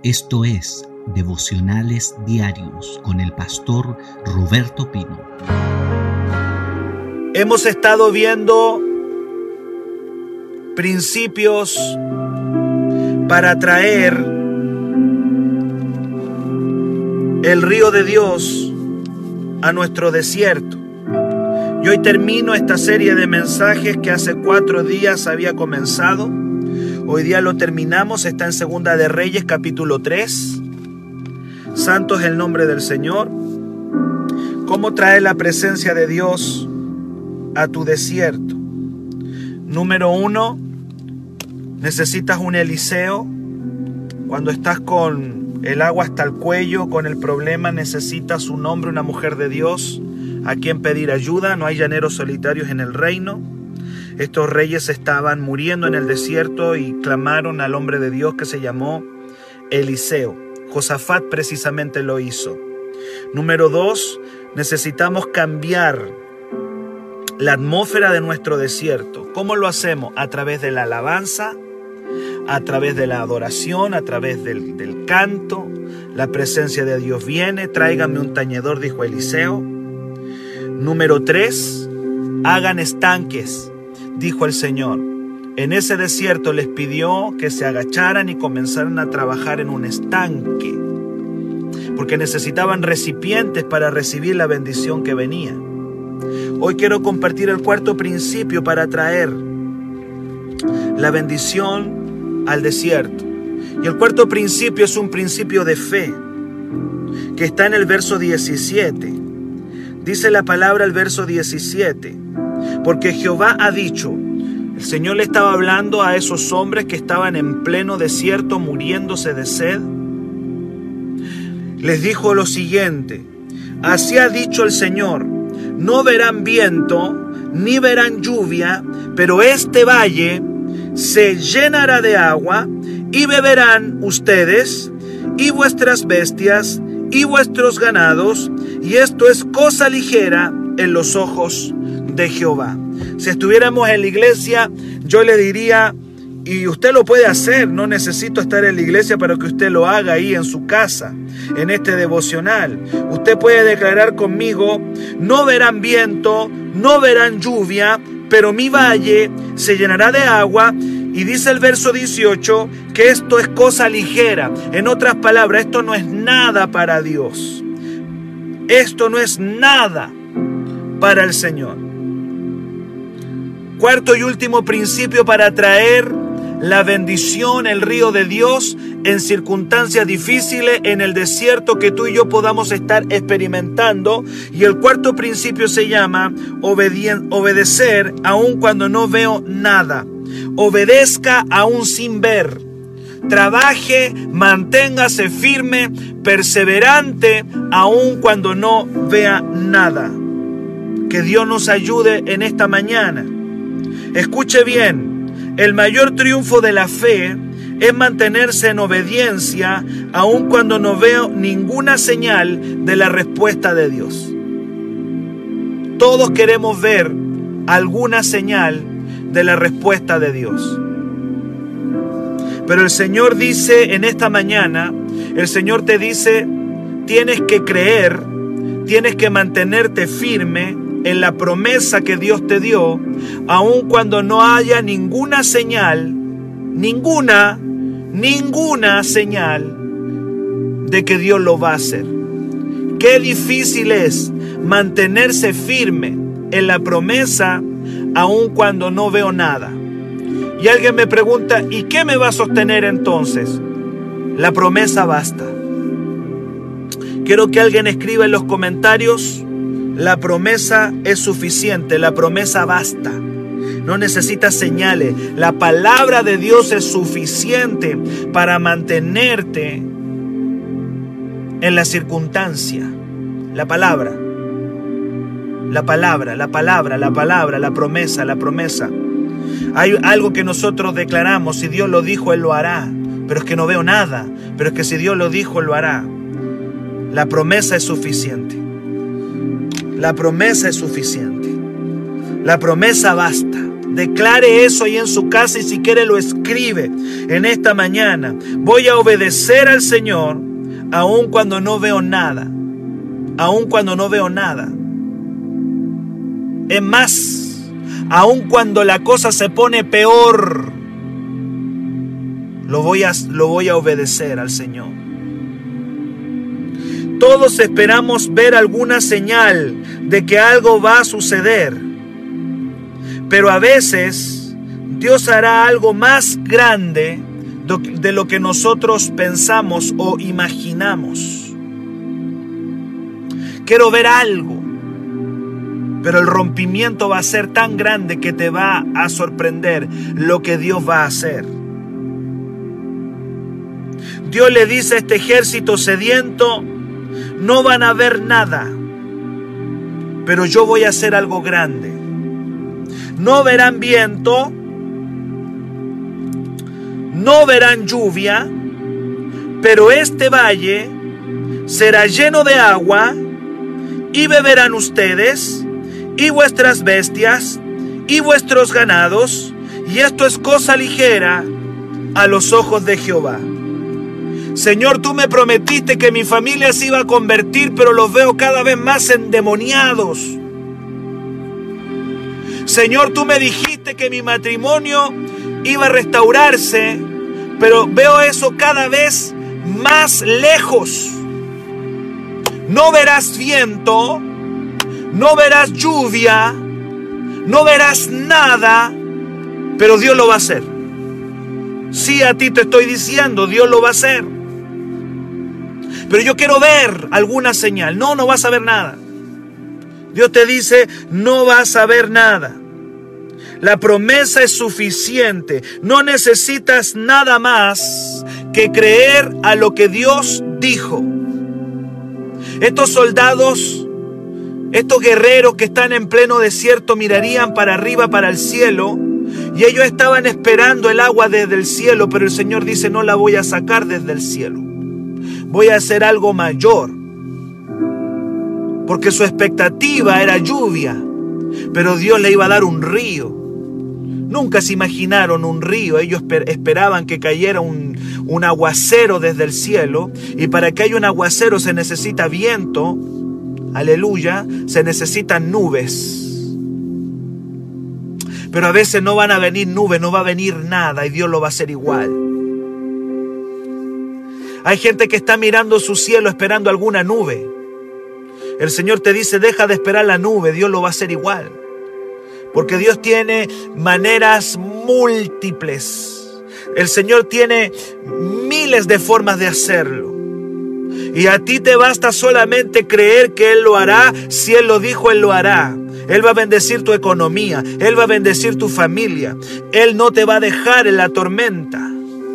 Esto es Devocionales Diarios con el pastor Roberto Pino. Hemos estado viendo principios para traer el río de Dios a nuestro desierto. Y hoy termino esta serie de mensajes que hace 4 días había comenzado. Hoy día lo terminamos, está en Segunda de Reyes, capítulo 3. Santo es el nombre del Señor. ¿Cómo traer la presencia de Dios a tu desierto? Número 1, necesitas un Eliseo. Cuando estás con el agua hasta el cuello, con el problema, necesitas un hombre, una mujer de Dios a quien pedir ayuda. No hay llaneros solitarios en el reino. Estos reyes estaban muriendo en el desierto y clamaron al hombre de Dios que se llamó Eliseo. Josafat precisamente lo hizo. Número 2, necesitamos cambiar la atmósfera de nuestro desierto. ¿Cómo lo hacemos? A través de la alabanza, a través de la adoración, a través del canto. La presencia de Dios viene. Tráigame un tañedor, dijo Eliseo. Número 3, hagan estanques, dijo el Señor. En ese desierto les pidió que se agacharan y comenzaran a trabajar en un estanque, porque necesitaban recipientes para recibir la bendición que venía. Hoy quiero compartir el 4º principio para traer la bendición al desierto. Y el 4º principio es un principio de fe, que está en el verso 17. Dice la palabra, el verso 17, porque Jehová ha dicho. El Señor le estaba hablando a esos hombres que estaban en pleno desierto muriéndose de sed. Les dijo lo siguiente: así ha dicho el Señor, no verán viento ni verán lluvia, pero este valle se llenará de agua y beberán ustedes y vuestras bestias y vuestros ganados, y esto es cosa ligera en los ojos de Jehová. Si estuviéramos en la iglesia, yo le diría, y usted lo puede hacer, no necesito estar en la iglesia para que usted lo haga ahí en su casa, en este devocional. Usted puede declarar conmigo: no verán viento, no verán lluvia, pero mi valle se llenará de agua. Y dice el verso 18 que esto es cosa ligera. En otras palabras, esto no es nada para Dios. Esto no es nada para el Señor. 4º y último principio para traer la bendición, el río de Dios en circunstancias difíciles, en el desierto que tú y yo podamos estar experimentando. Y el 4º principio se llama obedecer aun cuando no veo nada. Obedezca aún sin ver. Trabaje, manténgase firme, perseverante, aun cuando no vea nada. Que Dios nos ayude en esta mañana. Escuche bien, el mayor triunfo de la fe es mantenerse en obediencia, aun cuando no veo ninguna señal de la respuesta de Dios. Todos queremos ver alguna señal de la respuesta de Dios. Pero el Señor dice en esta mañana, el Señor te dice, tienes que creer, tienes que mantenerte firme en la promesa que Dios te dio, aun cuando no haya ninguna señal, ninguna señal de que Dios lo va a hacer. Qué difícil es mantenerse firme en la promesa aun cuando no veo nada. Y alguien me pregunta, ¿y qué me va a sostener entonces? La promesa basta. Quiero que alguien escriba en los comentarios: la promesa es suficiente, la promesa basta. No necesitas señales. La palabra de Dios es suficiente para mantenerte en la circunstancia. La palabra, la promesa. Hay algo que nosotros declaramos: si Dios lo dijo, Él lo hará. Pero es que no veo nada. Pero es que si Dios lo dijo, Él lo hará. La promesa es suficiente. La promesa es suficiente. La promesa basta. Declare eso ahí en su casa y si quiere lo escribe en esta mañana. Voy a obedecer al Señor aun cuando no veo nada. Aun cuando no veo nada. Es más, aun cuando la cosa se pone peor, lo voy a obedecer al Señor. Todos esperamos ver alguna señal de que algo va a suceder, pero a veces Dios hará algo más grande de lo que nosotros pensamos o imaginamos. Quiero ver algo, pero el rompimiento va a ser tan grande que te va a sorprender lo que Dios va a hacer. Dios le dice a este ejército sediento: no van a ver nada, pero yo voy a hacer algo grande. No verán viento, no verán lluvia, pero este valle será lleno de agua y beberán ustedes y vuestras bestias y vuestros ganados, y esto es cosa ligera a los ojos de Jehová. Señor, tú me prometiste que mi familia se iba a convertir, pero los veo cada vez más endemoniados. Señor, tú me dijiste que mi matrimonio iba a restaurarse, pero veo eso cada vez más lejos. No verás viento, no verás lluvia, no verás nada, pero Dios lo va a hacer. Sí, a ti te estoy diciendo, Dios lo va a hacer. Pero yo quiero ver alguna señal. No, no vas a ver nada. Dios te dice, no vas a ver nada. La promesa es suficiente. No necesitas nada más que creer a lo que Dios dijo. Estos soldados, estos guerreros que están en pleno desierto mirarían para arriba, para el cielo, y ellos estaban esperando el agua desde el cielo, pero el Señor dice, no la voy a sacar desde el cielo. Voy a hacer algo mayor. Porque su expectativa era lluvia, pero Dios le iba a dar un río. Nunca se imaginaron un río. Ellos esperaban que cayera un aguacero desde el cielo. Y para que haya un aguacero se necesita viento. Aleluya. Se necesitan nubes. Pero a veces no van a venir nubes, no va a venir nada y Dios lo va a hacer igual. Hay gente que está mirando su cielo esperando alguna nube. El Señor te dice, deja de esperar la nube, Dios lo va a hacer igual. Porque Dios tiene maneras múltiples. El Señor tiene miles de formas de hacerlo. Y a ti te basta solamente creer que Él lo hará. Si Él lo dijo, Él lo hará. Él va a bendecir tu economía. Él va a bendecir tu familia. Él no te va a dejar en la tormenta.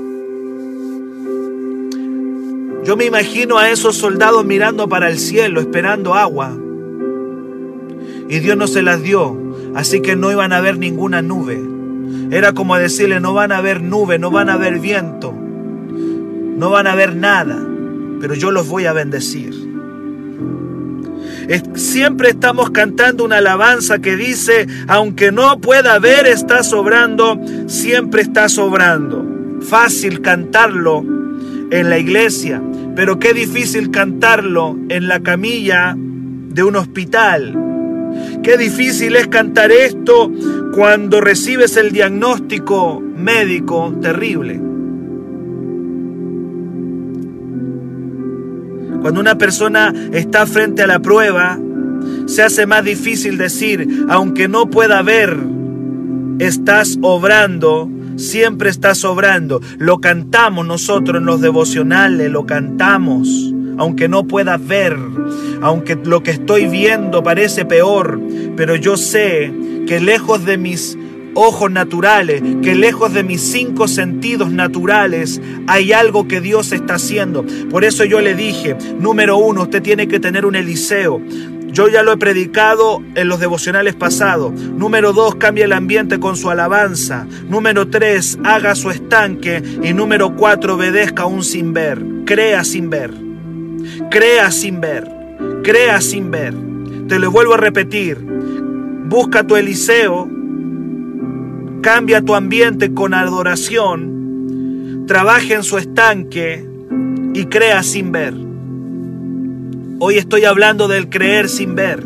Yo me imagino a esos soldados mirando para el cielo, esperando agua. Y Dios no se las dio, así que no iban a ver ninguna nube. Era como decirle, no van a ver nube, no van a ver viento, no van a ver nada, pero yo los voy a bendecir. Siempre estamos cantando una alabanza que dice, aunque no pueda ver, está sobrando, siempre está sobrando. Fácil cantarlo en la iglesia, pero qué difícil cantarlo en la camilla de un hospital. Qué difícil es cantar esto cuando recibes el diagnóstico médico terrible. Cuando una persona está frente a la prueba, se hace más difícil decir, aunque no pueda ver, estás obrando. Siempre estás obrando. Lo cantamos nosotros en los devocionales, lo cantamos. Aunque no pueda ver, aunque lo que estoy viendo parece peor, pero yo sé que lejos de mis ojos naturales, que lejos de mis 5 sentidos naturales, hay algo que Dios está haciendo. Por eso yo le dije, número 1, usted tiene que tener un Eliseo. Yo ya lo he predicado en los devocionales pasados. Número 2, cambia el ambiente con su alabanza. Número 3, haga su estanque. Y número 4, obedezca aún sin ver. Crea sin ver. Crea sin ver. Crea sin ver. Te lo vuelvo a repetir. Busca tu Eliseo. cambia tu ambiente con adoración, trabaja en su estanque y crea sin ver. Hoy estoy hablando del creer sin ver.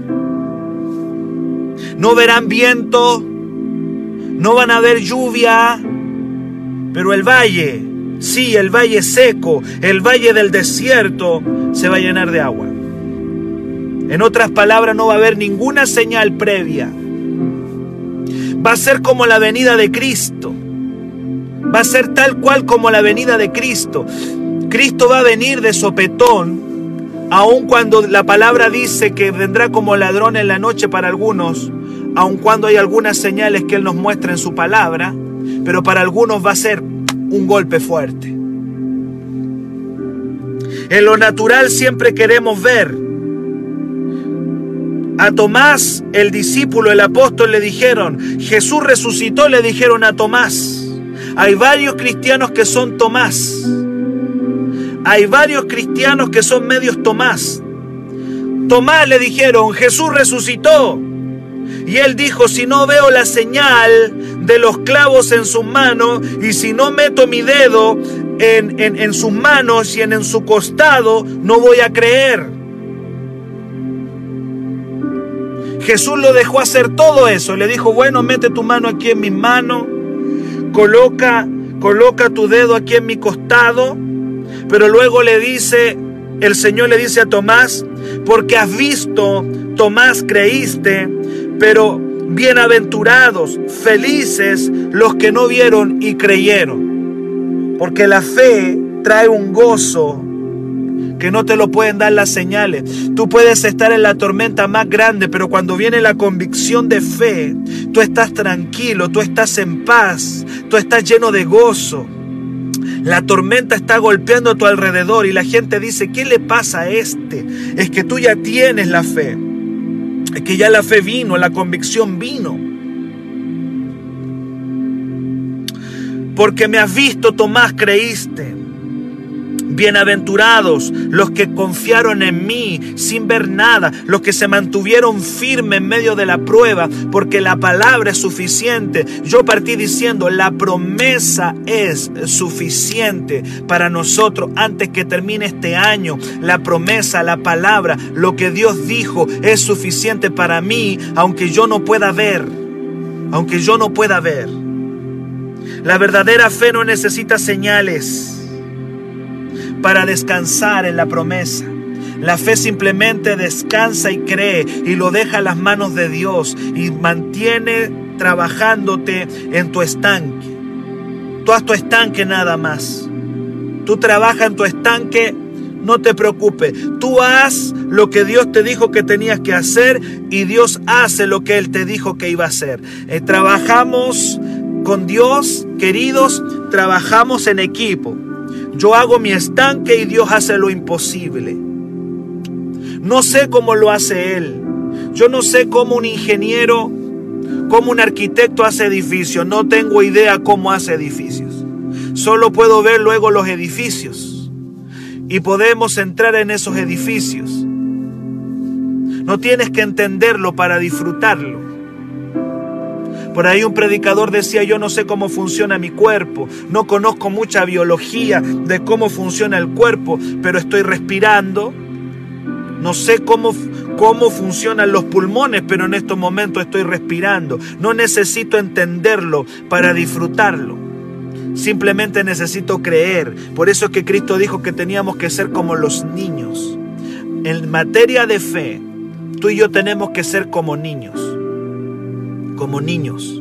No verán viento, no van a ver lluvia, pero el valle, sí, el valle seco, el valle del desierto, se va a llenar de agua. En otras palabras, no va a haber ninguna señal previa. Va a ser como la venida de Cristo. Va a ser tal cual como la venida de Cristo. Cristo va a venir de sopetón, aun cuando la palabra dice que vendrá como ladrón en la noche para algunos, aun cuando hay algunas señales que Él nos muestra en su palabra, pero para algunos va a ser un golpe fuerte. En lo natural siempre queremos ver. A Tomás, el discípulo, el apóstol, le dijeron, Jesús resucitó, le dijeron a Tomás. Hay varios cristianos que son Tomás. Hay varios cristianos que son medios Tomás. Tomás le dijeron, Jesús resucitó. Y él dijo, si no veo la señal de los clavos en sus manos, y si no meto mi dedo en sus manos y en su costado, no voy a creer. Jesús lo dejó hacer todo eso. Le dijo, bueno, mete tu mano aquí en mi mano, coloca tu dedo aquí en mi costado. Pero luego el Señor le dice a Tomás, porque has visto, Tomás, creíste, pero bienaventurados, felices los que no vieron y creyeron. Porque la fe trae un gozo que no te lo pueden dar las señales. Tú puedes estar en la tormenta más grande, pero cuando viene la convicción de fe, tú estás tranquilo, tú estás en paz, tú estás lleno de gozo. La tormenta está golpeando a tu alrededor y la gente dice, ¿qué le pasa a este? Es que tú ya tienes la fe. Es que ya la fe vino, la convicción vino. Porque me has visto, Tomás, creíste. Bienaventurados los que confiaron en mí sin ver nada, los que se mantuvieron firmes en medio de la prueba, porque la palabra es suficiente. Yo partí diciendo, la promesa es suficiente para nosotros antes que termine este año. La promesa, la palabra, lo que Dios dijo es suficiente para mí, aunque yo no pueda ver. Aunque yo no pueda ver. La verdadera fe no necesita señales para descansar en la promesa. La fe simplemente descansa y cree y lo deja en las manos de Dios y mantiene trabajándote en tu estanque. Tú haz tu estanque nada más. Tú trabaja en tu estanque, no te preocupes. Tú haz lo que Dios te dijo que tenías que hacer y Dios hace lo que Él te dijo que iba a hacer. Trabajamos con Dios, queridos, trabajamos en equipo. Yo hago mi estanque y Dios hace lo imposible. No sé cómo lo hace Él. Yo no sé cómo un ingeniero, cómo un arquitecto hace edificios. No tengo idea cómo hace edificios. Solo puedo ver luego los edificios. Y podemos entrar en esos edificios. No tienes que entenderlo para disfrutarlo. Por ahí un predicador decía, yo no sé cómo funciona mi cuerpo, no conozco mucha biología de cómo funciona el cuerpo, pero estoy respirando. No sé cómo funcionan los pulmones, pero en estos momentos estoy respirando. No necesito entenderlo para disfrutarlo. Simplemente necesito creer. Por eso es que Cristo dijo que teníamos que ser como los niños. En materia de fe, tú y yo tenemos que ser como niños. Como niños.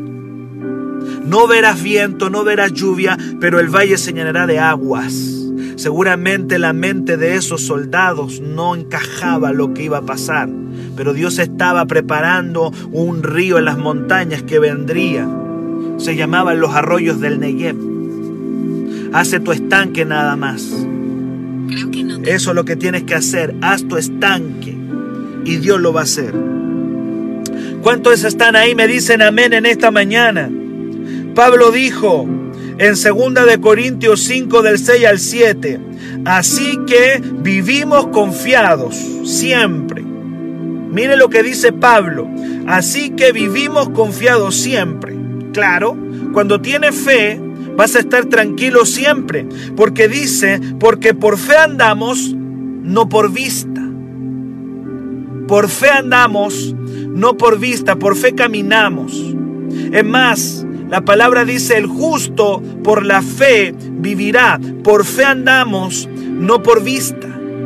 No verás viento, no verás lluvia, pero el valle se llenará de aguas. Seguramente la mente de esos soldados no encajaba lo que iba a pasar, pero Dios estaba preparando un río en las montañas que vendría. Se llamaban los arroyos del Negev. Hace tu estanque nada más. Eso es lo que tienes que hacer. Haz tu estanque y Dios lo va a hacer. ¿Cuántos están ahí? Me dicen amén en esta mañana. Pablo dijo en 2 Corintios 5 del 6 al 7, así que vivimos confiados siempre. Mire lo que dice Pablo, así que vivimos confiados siempre. Claro, cuando tienes fe, vas a estar tranquilo siempre, porque dice, porque por fe andamos, no por vista. Por fe andamos, no por vista, por fe caminamos. Es más, la palabra dice, el justo por la fe vivirá. Por fe andamos, no por vista.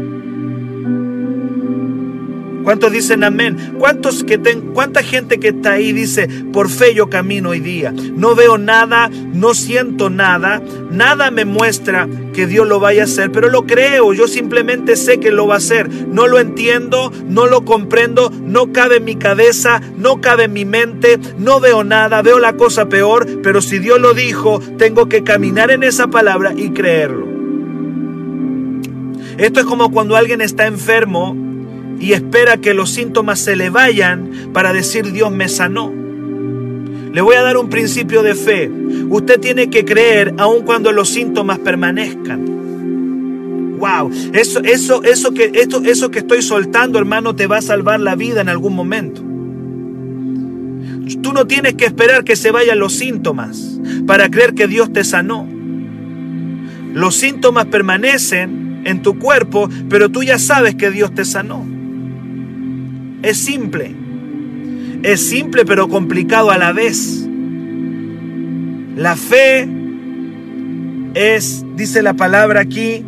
¿Cuántos dicen amén? ¿Cuánta gente que está ahí dice, por fe yo camino hoy día? No veo nada, no siento nada, nada me muestra que Dios lo vaya a hacer, pero lo creo, yo simplemente sé que lo va a hacer. No lo entiendo, no lo comprendo, no cabe en mi cabeza, no cabe en mi mente, no veo nada, veo la cosa peor, pero si Dios lo dijo, tengo que caminar en esa palabra y creerlo. Esto es como cuando alguien está enfermo y espera que los síntomas se le vayan para decir Dios me sanó. Le voy a dar un principio de fe. Usted tiene que creer aun cuando los síntomas permanezcan. Wow, eso que estoy soltando, hermano, te va a salvar la vida en algún momento. Tú no tienes que esperar que se vayan los síntomas para creer que Dios te sanó. Los síntomas permanecen en tu cuerpo, pero tú ya sabes que Dios te sanó. Es simple pero complicado a la vez. La fe es, dice la palabra aquí,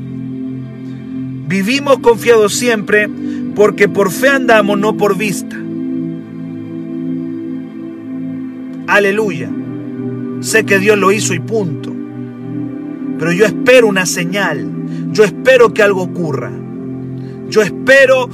vivimos confiados siempre porque por fe andamos, no por vista. Aleluya. Sé que Dios lo hizo y punto. Pero yo espero una señal. Yo espero que algo ocurra. Yo espero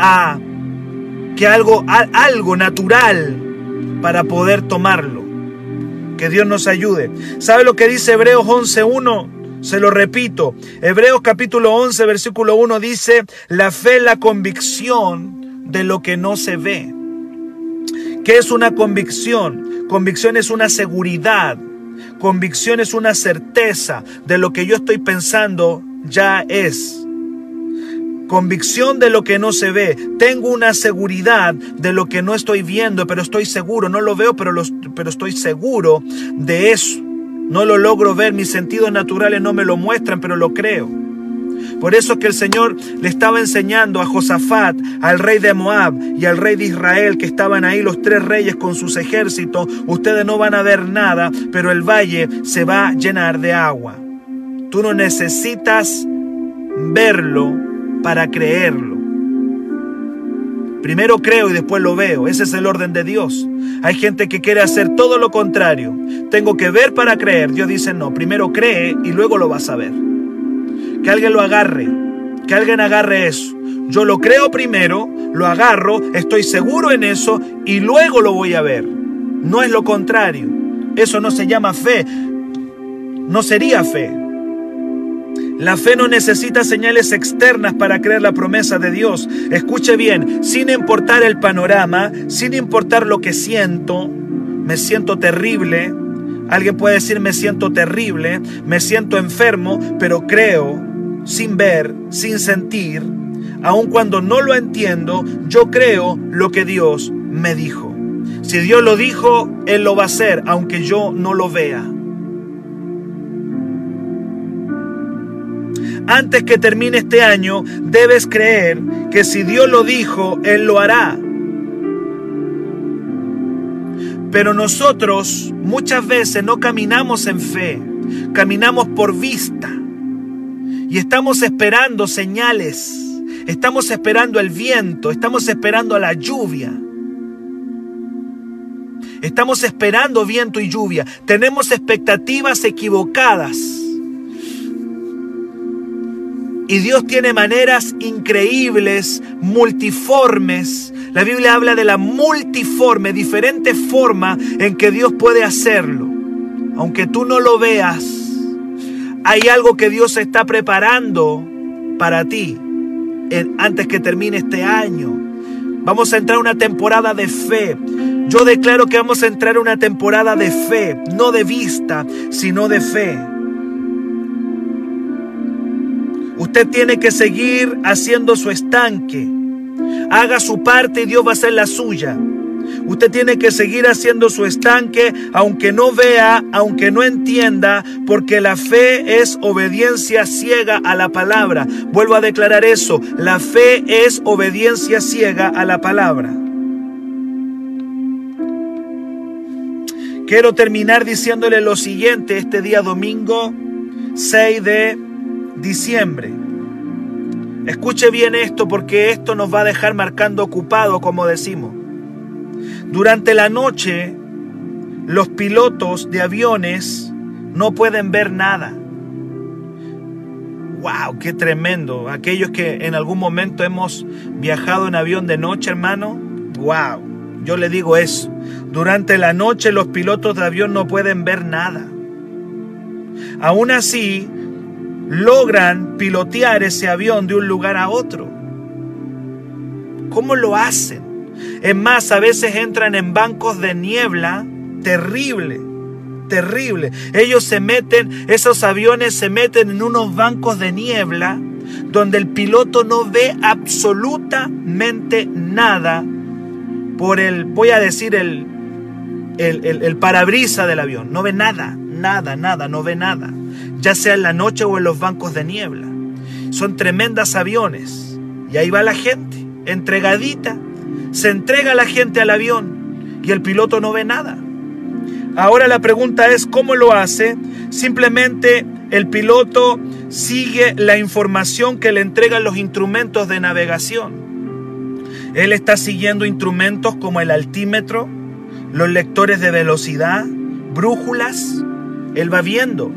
que algo natural para poder tomarlo. Que Dios nos ayude. ¿Sabe lo que dice Hebreos 11:1? Se lo repito. Hebreos capítulo 11, versículo 1 dice, la fe es la convicción de lo que no se ve. ¿Qué es una convicción? Convicción es una seguridad. Convicción es una certeza de lo que yo estoy pensando ya es. Convicción de lo que no se ve. Tengo una seguridad de lo que no estoy viendo, pero estoy seguro. No lo veo, pero estoy seguro de eso. No lo logro ver. Mis sentidos naturales no me lo muestran, pero lo creo. Por eso es que el Señor le estaba enseñando a Josafat, al rey de Moab y al rey de Israel, que estaban ahí los tres reyes con sus ejércitos. Ustedes no van a ver nada, pero el valle se va a llenar de agua. Tú no necesitas verlo para creerlo. Primero creo y después lo veo. Ese es el orden de Dios. Hay gente que quiere hacer todo lo contrario. Tengo que ver para creer. Dios dice no, primero cree y luego lo vas a ver. Que alguien lo agarre. Que alguien agarre eso. Yo lo creo primero, lo agarro, estoy seguro en eso y luego lo voy a ver. No es lo contrario. Eso no se llama fe. No sería fe. La fe no necesita señales externas para creer la promesa de Dios. Escuche bien, sin importar el panorama, sin importar lo que siento, me siento terrible. Alguien puede decir me siento terrible, me siento enfermo, pero creo, sin ver, sin sentir, aun cuando no lo entiendo, yo creo lo que Dios me dijo. Si Dios lo dijo, Él lo va a hacer, aunque yo no lo vea. Antes que termine este año, debes creer que si Dios lo dijo, Él lo hará. Pero nosotros muchas veces no caminamos en fe, caminamos por vista. Y estamos esperando señales, estamos esperando el viento, estamos esperando la lluvia. Estamos esperando viento y lluvia. Tenemos expectativas equivocadas. Y Dios tiene maneras increíbles, multiformes. La Biblia habla de la multiforme, diferente forma en que Dios puede hacerlo. Aunque tú no lo veas, hay algo que Dios está preparando para ti antes que termine este año. Vamos a entrar a una temporada de fe. Yo declaro que vamos a entrar a una temporada de fe, no de vista, sino de fe. Usted tiene que seguir haciendo su estanque. Haga su parte y Dios va a hacer la suya. Usted tiene que seguir haciendo su estanque, aunque no vea, aunque no entienda, porque la fe es obediencia ciega a la palabra. Vuelvo a declarar eso, la fe es obediencia ciega a la palabra. Quiero terminar diciéndole lo siguiente este día domingo 6 de diciembre. Escuche bien esto, porque esto nos va a dejar marcando ocupado, como decimos. Durante la noche, los pilotos de aviones no pueden ver nada. ¡Wow! ¡Qué tremendo! Aquellos que en algún momento hemos viajado en avión de noche, hermano. ¡Wow! Yo le digo eso. Durante la noche los pilotos de avión no pueden ver nada. Aún así, logran pilotear ese avión de un lugar a otro. ¿Cómo lo hacen? Es más, a veces entran en bancos de niebla terrible. Ellos se meten, esos aviones se meten en unos bancos de niebla donde el piloto no ve absolutamente nada por el parabrisa del avión. No ve nada, no ve nada. Ya sea en la noche o en los bancos de niebla. Son tremendos aviones. Y ahí va la gente, entregadita. Se entrega la gente al avión y el piloto no ve nada. Ahora la pregunta es, ¿cómo lo hace? Simplemente el piloto sigue la información que le entregan los instrumentos de navegación. Él está siguiendo instrumentos como el altímetro, los lectores de velocidad, brújulas. Él va viendo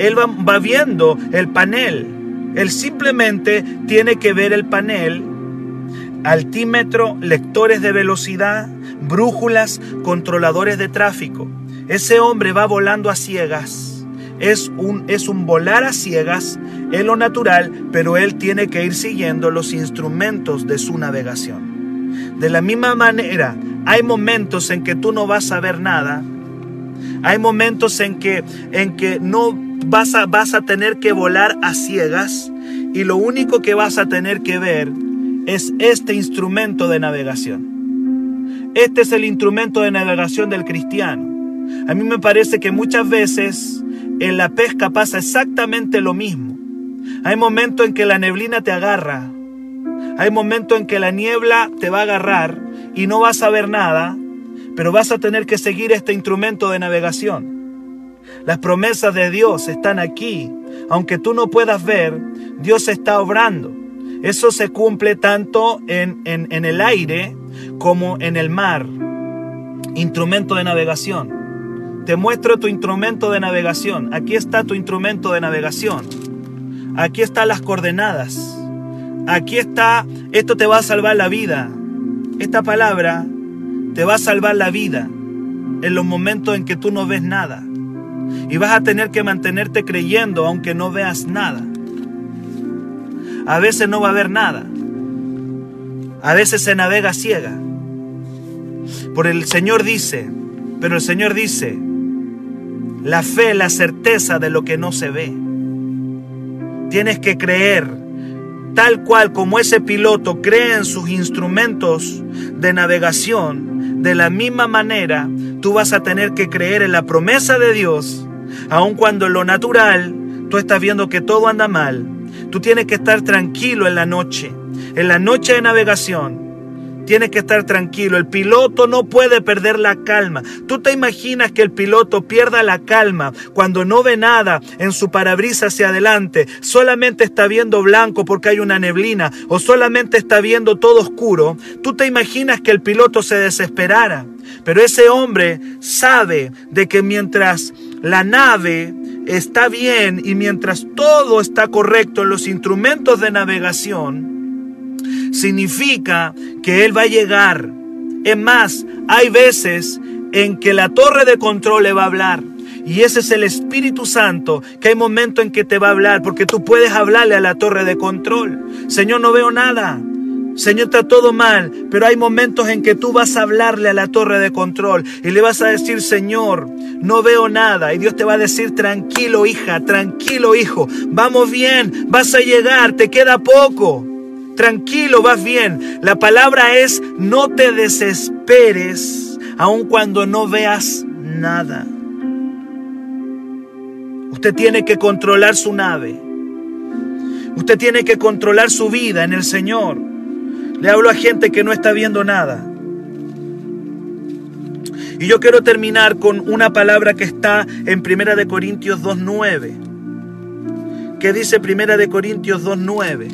el panel. Él simplemente tiene que ver el panel, altímetro, lectores de velocidad, brújulas, controladores de tráfico. Ese hombre va volando a ciegas. Es un volar a ciegas en lo natural, pero él tiene que ir siguiendo los instrumentos de su navegación. De la misma manera, hay momentos en que tú no vas a ver nada. Hay momentos en que no vas a tener que volar a ciegas y lo único que vas a tener que ver es este instrumento de navegación. Este es el instrumento de navegación del cristiano. A mí me parece que muchas veces en la pesca pasa exactamente lo mismo. Hay momentos en que la neblina te agarra. Hay momentos en que la niebla te va a agarrar y no vas a ver nada, pero vas a tener que seguir este instrumento de navegación. Las promesas de Dios están aquí. Aunque tú no puedas ver, Dios está obrando. Eso se cumple tanto en el aire como en el mar. Instrumento de navegación. Te muestro tu instrumento de navegación. Aquí está tu instrumento de navegación. Aquí están las coordenadas. Aquí está, esto te va a salvar la vida. Esta palabra te va a salvar la vida en los momentos en que tú no ves nada. Y vas a tener que mantenerte creyendo aunque no veas nada. A veces no va a haber nada. A veces se navega ciega. Pero el Señor dice, la fe es la certeza de lo que no se ve. Tienes que creer, tal cual como ese piloto cree en sus instrumentos de navegación, de la misma manera tú vas a tener que creer en la promesa de Dios, aun cuando en lo natural tú estás viendo que todo anda mal. Tú tienes que estar tranquilo en la noche de navegación. Tienes que estar tranquilo. El piloto no puede perder la calma. ¿Tú te imaginas que el piloto pierda la calma cuando no ve nada en su parabrisas hacia adelante? Solamente está viendo blanco porque hay una neblina o solamente está viendo todo oscuro. ¿Tú te imaginas que el piloto se desesperara? Pero ese hombre sabe de que mientras la nave está bien y mientras todo está correcto en los instrumentos de navegación, significa que él va a llegar. Es más, hay veces en que la torre de control le va a hablar. Y ese es el Espíritu Santo, que hay momentos en que te va a hablar, porque tú puedes hablarle a la torre de control. Señor, no veo nada. Señor, está todo mal. Pero hay momentos en que tú vas a hablarle a la torre de control y le vas a decir, Señor, no veo nada. Y Dios te va a decir, tranquilo hija, tranquilo hijo, vamos bien, vas a llegar, te queda poco. Tranquilo, vas bien. La palabra es, no te desesperes aun cuando no veas nada. Usted tiene que controlar su nave. Usted tiene que controlar su vida en el Señor. Le hablo a gente que no está viendo nada. Y yo quiero terminar con una palabra que está en 1 Corintios 2:9. ¿Qué dice 1 Corintios 2:9?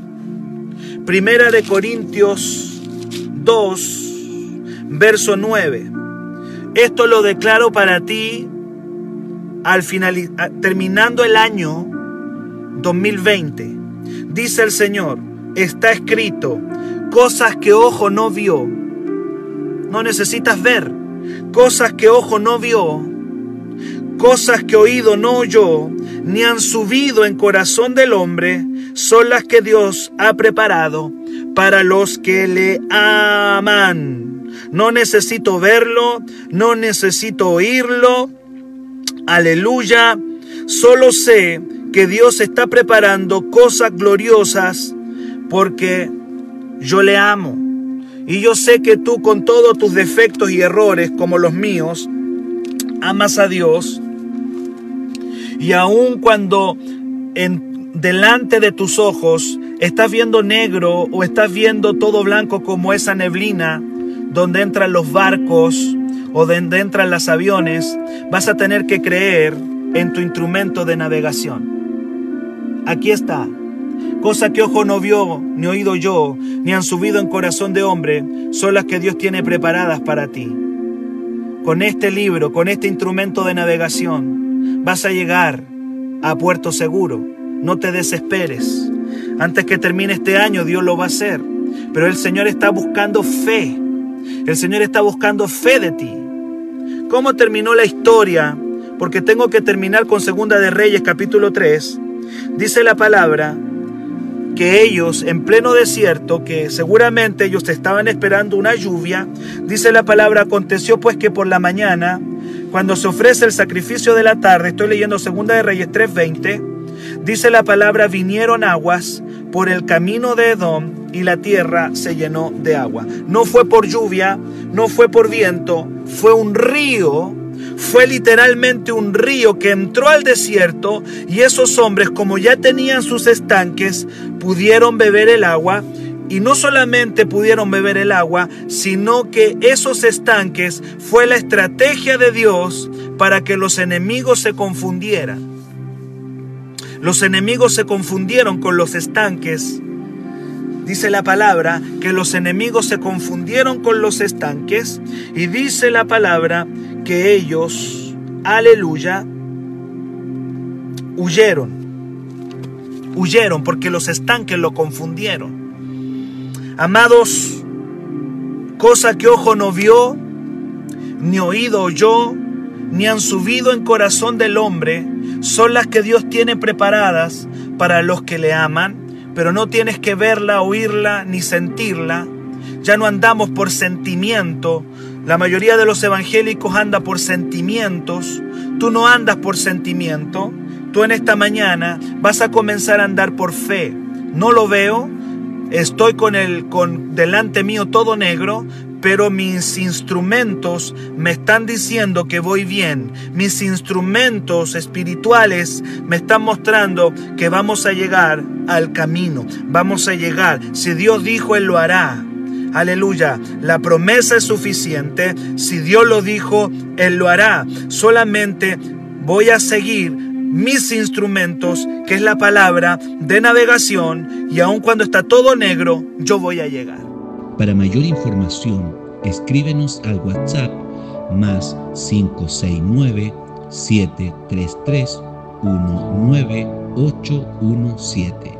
1 Corintios 2, verso 9. Esto lo declaro para ti al terminando el año 2020. Dice el Señor, está escrito, cosas que ojo no vio. No necesitas ver. Cosas que ojo no vio, cosas que oído no oyó, ni han subido en corazón del hombre, son las que Dios ha preparado para los que le aman. No necesito verlo, no necesito oírlo. Aleluya. Solo sé que Dios está preparando cosas gloriosas porque yo le amo. Y yo sé que tú, con todos tus defectos y errores como los míos, amas a Dios. Y aun cuando delante de tus ojos estás viendo negro o estás viendo todo blanco como esa neblina donde entran los barcos o donde entran los aviones, vas a tener que creer en tu instrumento de navegación. Aquí está. Cosas que ojo no vio, ni oído yo, ni han subido en corazón de hombre, son las que Dios tiene preparadas para ti. Con este libro, con este instrumento de navegación, vas a llegar a puerto seguro. No te desesperes. Antes que termine este año, Dios lo va a hacer. Pero el Señor está buscando fe. El Señor está buscando fe de ti. ¿Cómo terminó la historia? Porque tengo que terminar con 2 de Reyes, capítulo 3. Dice la palabra que ellos en pleno desierto, que seguramente ellos estaban esperando una lluvia, dice la palabra, aconteció pues que por la mañana, cuando se ofrece el sacrificio de la tarde, estoy leyendo 2 de Reyes 3:20, dice la palabra, vinieron aguas por el camino de Edom y la tierra se llenó de agua. No fue por lluvia, no fue por viento, fue un río. Fue literalmente un río que entró al desierto y esos hombres, como ya tenían sus estanques, pudieron beber el agua. Y no solamente pudieron beber el agua, sino que esos estanques fue la estrategia de Dios para que los enemigos se confundieran. Los enemigos se confundieron con los estanques. Dice la palabra que los enemigos se confundieron con los estanques y dice la palabra que ellos, aleluya, huyeron porque los estanques lo confundieron. Amados, cosa que ojo no vio, ni oído oyó, ni han subido en corazón del hombre, son las que Dios tiene preparadas para los que le aman. Pero no tienes que verla, oírla, ni sentirla. Ya no andamos por sentimiento. La mayoría de los evangélicos anda por sentimientos. Tú no andas por sentimiento. Tú en esta mañana vas a comenzar a andar por fe. No lo veo. Estoy con delante mío todo negro, pero mis instrumentos me están diciendo que voy bien. Mis instrumentos espirituales me están mostrando que vamos a llegar al camino. Vamos a llegar. Si Dios dijo, Él lo hará. Aleluya. La promesa es suficiente. Si Dios lo dijo, Él lo hará. Solamente voy a seguir mis instrumentos, que es la palabra de navegación, y aun cuando está todo negro, yo voy a llegar. Para mayor información, escríbenos al WhatsApp más 569-733-19817.